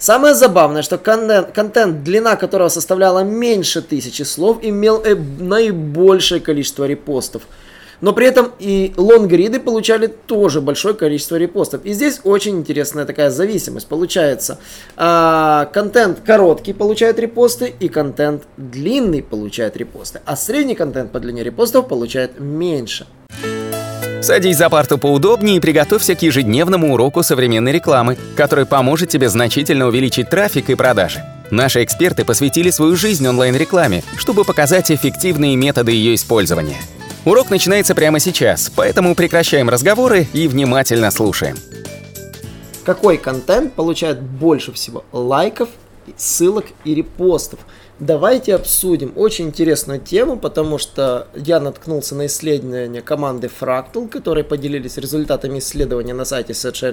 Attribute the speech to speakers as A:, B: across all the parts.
A: Самое забавное, что контент, длина которого составляла меньше 1000 слов, имел наибольшее количество репостов. Но при этом и лонгриды получали тоже большое количество репостов. И здесь очень интересная такая зависимость получается. Контент короткий получает репосты, и контент длинный получает репосты. А средний контент по длине репостов получает меньше.
B: Садись за парту поудобнее и приготовься к ежедневному уроку современной рекламы, который поможет тебе значительно увеличить трафик и продажи. Наши эксперты посвятили свою жизнь онлайн-рекламе, чтобы показать эффективные методы ее использования. Урок начинается прямо сейчас, поэтому прекращаем разговоры и внимательно слушаем.
A: Какой контент получает больше всего лайков, ссылок и репостов? Давайте обсудим очень интересную тему, потому что я наткнулся на исследование команды Fractal, которые поделились результатами исследования на сайте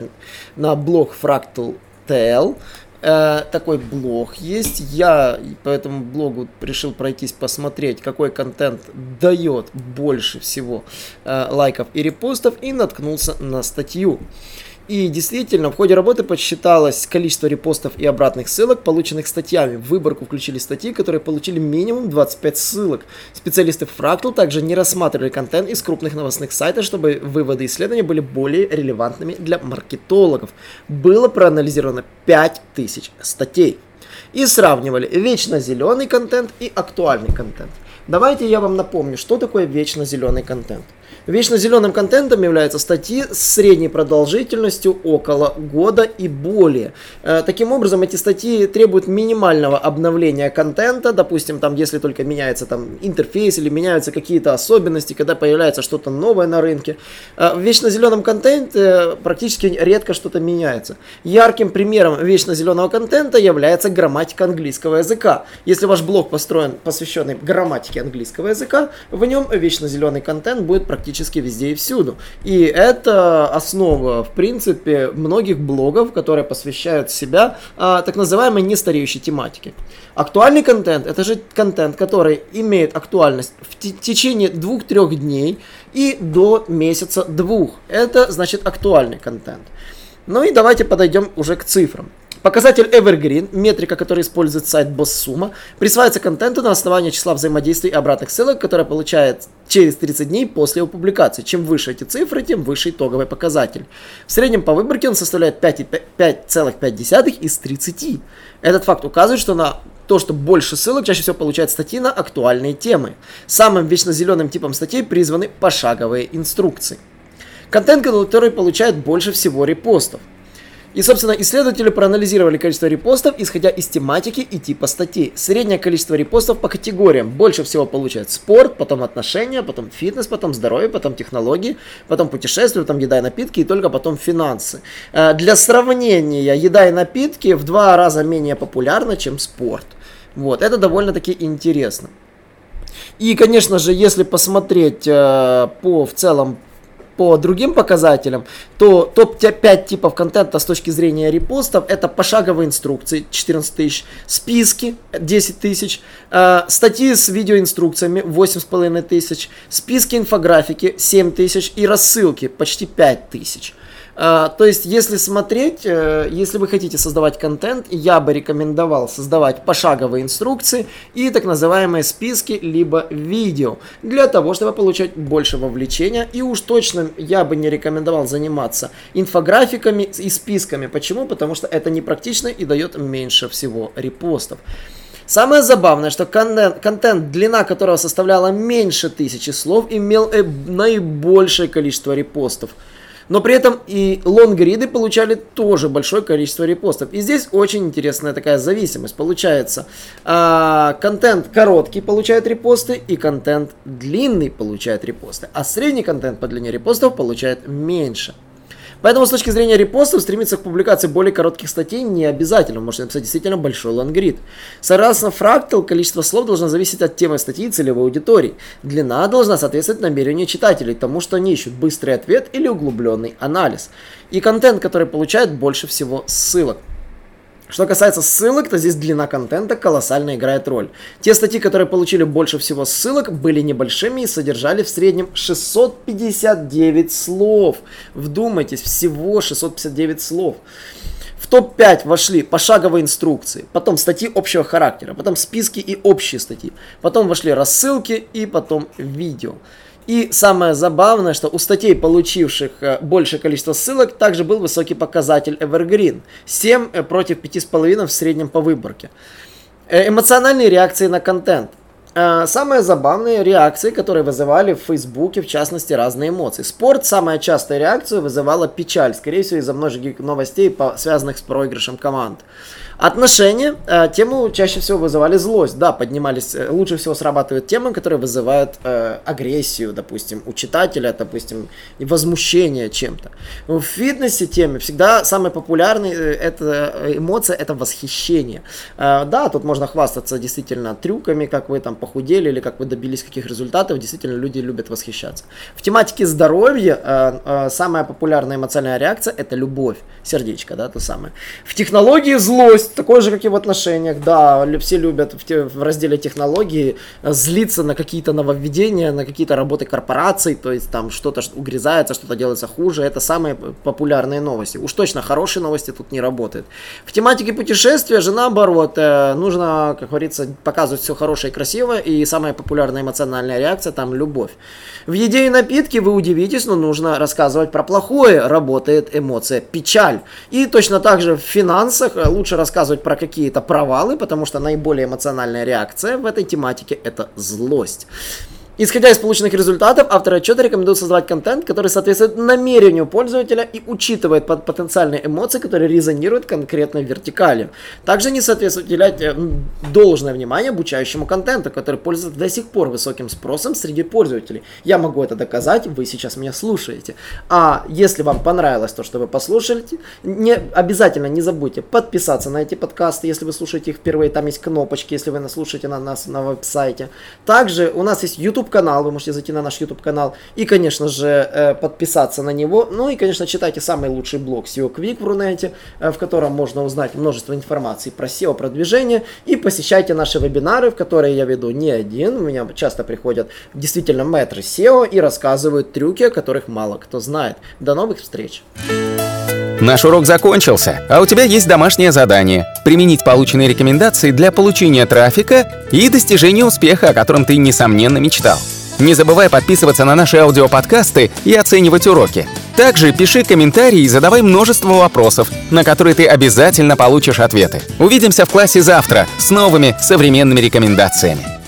A: на блог Fractal.tl. Такой блог есть. Я по этому блогу решил пройтись, посмотреть, какой контент дает больше всего лайков и репостов, и наткнулся на статью. И действительно, в ходе работы подсчиталось количество репостов и обратных ссылок, полученных статьями. В выборку включили статьи, которые получили минимум 25 ссылок. Специалисты Fractal также не рассматривали контент из крупных новостных сайтов, чтобы выводы исследования были более релевантными для маркетологов. Было проанализировано 5000 статей. И сравнивали вечно зеленый контент и актуальный контент. Давайте я вам напомню, что такое вечно зеленый контент. Вечно зеленым контентом являются статьи с средней продолжительностью около года и более. Таким образом, эти статьи требуют минимального обновления контента. Допустим, там, если только меняется там интерфейс или меняются какие-то особенности, когда появляется что-то новое на рынке. В вечно зеленом контенте практически редко что-то меняется. Ярким примером вечно зеленого контента является грамматика английского языка. Если ваш блог построен, посвященный грамматике английского языка, в нем вечно зеленый контент будет практически везде и всюду. И это основа, в принципе, многих блогов, которые посвящают себя так называемой нестареющей тематике. Актуальный контент — это же контент, который имеет актуальность в течение 2-3 дней и до месяца-2. Это значит актуальный контент. Ну и давайте подойдем уже к цифрам. Показатель Evergreen, метрика, которую использует сайт BossSumma, присваивается контенту на основании числа взаимодействий и обратных ссылок, которое получает через 30 дней после его публикации. Чем выше эти цифры, тем выше итоговый показатель. В среднем по выборке он составляет 5,5 из 30. Этот факт указывает, что на то, что больше ссылок чаще всего получают статьи на актуальные темы. Самым вечно зеленым типом статей призваны пошаговые инструкции. Контент, который получает больше всего репостов. И, собственно, исследователи проанализировали количество репостов, исходя из тематики и типа статей. Среднее количество репостов по категориям. Больше всего получает спорт, потом отношения, потом фитнес, потом здоровье, потом технологии, потом путешествия, потом еда и напитки, и только потом финансы. Для сравнения, еда и напитки в 2 раза менее популярна, чем спорт. Вот, это довольно-таки интересно. И, конечно же, если посмотреть в целом по другим показателям, то топ-5 типов контента с точки зрения репостов — это пошаговые инструкции 14 тысяч, списки 10 тысяч, статьи с видеоинструкциями 8,5 тысяч, списки инфографики 7 тысяч и рассылки почти 5 тысяч. То есть, если смотреть, если вы хотите создавать контент, я бы рекомендовал создавать пошаговые инструкции и так называемые списки, либо видео, для того, чтобы получать больше вовлечения. И уж точно я бы не рекомендовал заниматься инфографиками и списками. Почему? Потому что это непрактично и дает меньше всего репостов. Самое забавное, что контент, длина которого составляла меньше 1000 слов, имел наибольшее количество репостов. Но при этом и лонгриды получали тоже большое количество репостов. И здесь очень интересная такая зависимость получается. Контент короткий получает репосты, и контент длинный получает репосты. А средний контент по длине репостов получает меньше. Поэтому с точки зрения репостов стремиться к публикации более коротких статей не обязательно. Вы можете написать действительно большой лонгрид. Согласно Fractal, количество слов должно зависеть от темы статьи и целевой аудитории. Длина должна соответствовать намерению читателей, тому, что они ищут быстрый ответ или углубленный анализ. И контент, который получает больше всего ссылок. Что касается ссылок, то здесь длина контента колоссально играет роль. Те статьи, которые получили больше всего ссылок, были небольшими и содержали в среднем 659 слов. Вдумайтесь, всего 659 слов. В топ-5 вошли пошаговые инструкции, потом статьи общего характера, потом списки и общие статьи, потом вошли рассылки и потом видео. И самое забавное, что у статей, получивших большее количество ссылок, также был высокий показатель Evergreen. 7 против 5,5 в среднем по выборке. Эмоциональные реакции на контент. Самые забавные реакции, которые вызывали в Фейсбуке, в частности, разные эмоции. Спорт, самая частая реакция вызывала печаль, скорее всего, из-за многих новостей, связанных с проигрышем команд. Отношения, тему чаще всего вызывали злость, да, поднимались, лучше всего срабатывают темы, которые вызывают агрессию, допустим, у читателя, допустим, и возмущение чем-то. В фитнесе теме всегда самая популярная эмоция это восхищение. Да, тут можно хвастаться действительно трюками, как вы там похудели или как вы добились каких результатов, действительно люди любят восхищаться. В тематике здоровья самая популярная эмоциональная реакция это любовь, сердечко, да, то самое. В технологии злость. Такой же, как и в отношениях, да, все любят в разделе технологии злиться на какие-то нововведения, на какие-то работы корпораций, то есть там что-то угрязается, что-то делается хуже, это самые популярные новости. Уж точно хорошие новости тут не работают. В тематике путешествия же наоборот, нужно, как говорится, показывать все хорошее и красивое, и самая популярная эмоциональная реакция там любовь. В еде и напитке вы удивитесь, но нужно рассказывать про плохое, работает эмоция печаль. И точно так же в финансах лучше рассказывать про какие-то провалы, потому что наиболее эмоциональная реакция в этой тематике это злость. Исходя из полученных результатов, авторы отчета рекомендуют создавать контент, который соответствует намерению пользователя и учитывает потенциальные эмоции, которые резонируют конкретно в вертикали. Также не соответствует уделять должное внимание обучающему контенту, который пользуется до сих пор высоким спросом среди пользователей. Я могу это доказать, вы сейчас меня слушаете. А если вам понравилось то, что вы послушали, обязательно не забудьте подписаться на эти подкасты, если вы слушаете их впервые, там есть кнопочки, если вы нас слушаете на нас на веб-сайте. Также у нас есть YouTube-канал, вы можете зайти на наш YouTube-канал и, конечно же, подписаться на него. Ну и, конечно, читайте самый лучший блог SEO Quick в Рунете, в котором можно узнать множество информации про SEO-продвижение. И посещайте наши вебинары, в которые я веду не один. У меня часто приходят действительно мэтры SEO и рассказывают трюки, о которых мало кто знает. До новых встреч!
B: Наш урок закончился, а у тебя есть домашнее задание – применить полученные рекомендации для получения трафика и достижения успеха, о котором ты, несомненно, мечтал. Не забывай подписываться на наши аудиоподкасты и оценивать уроки. Также пиши комментарии и задавай множество вопросов, на которые ты обязательно получишь ответы. Увидимся в классе завтра с новыми современными рекомендациями.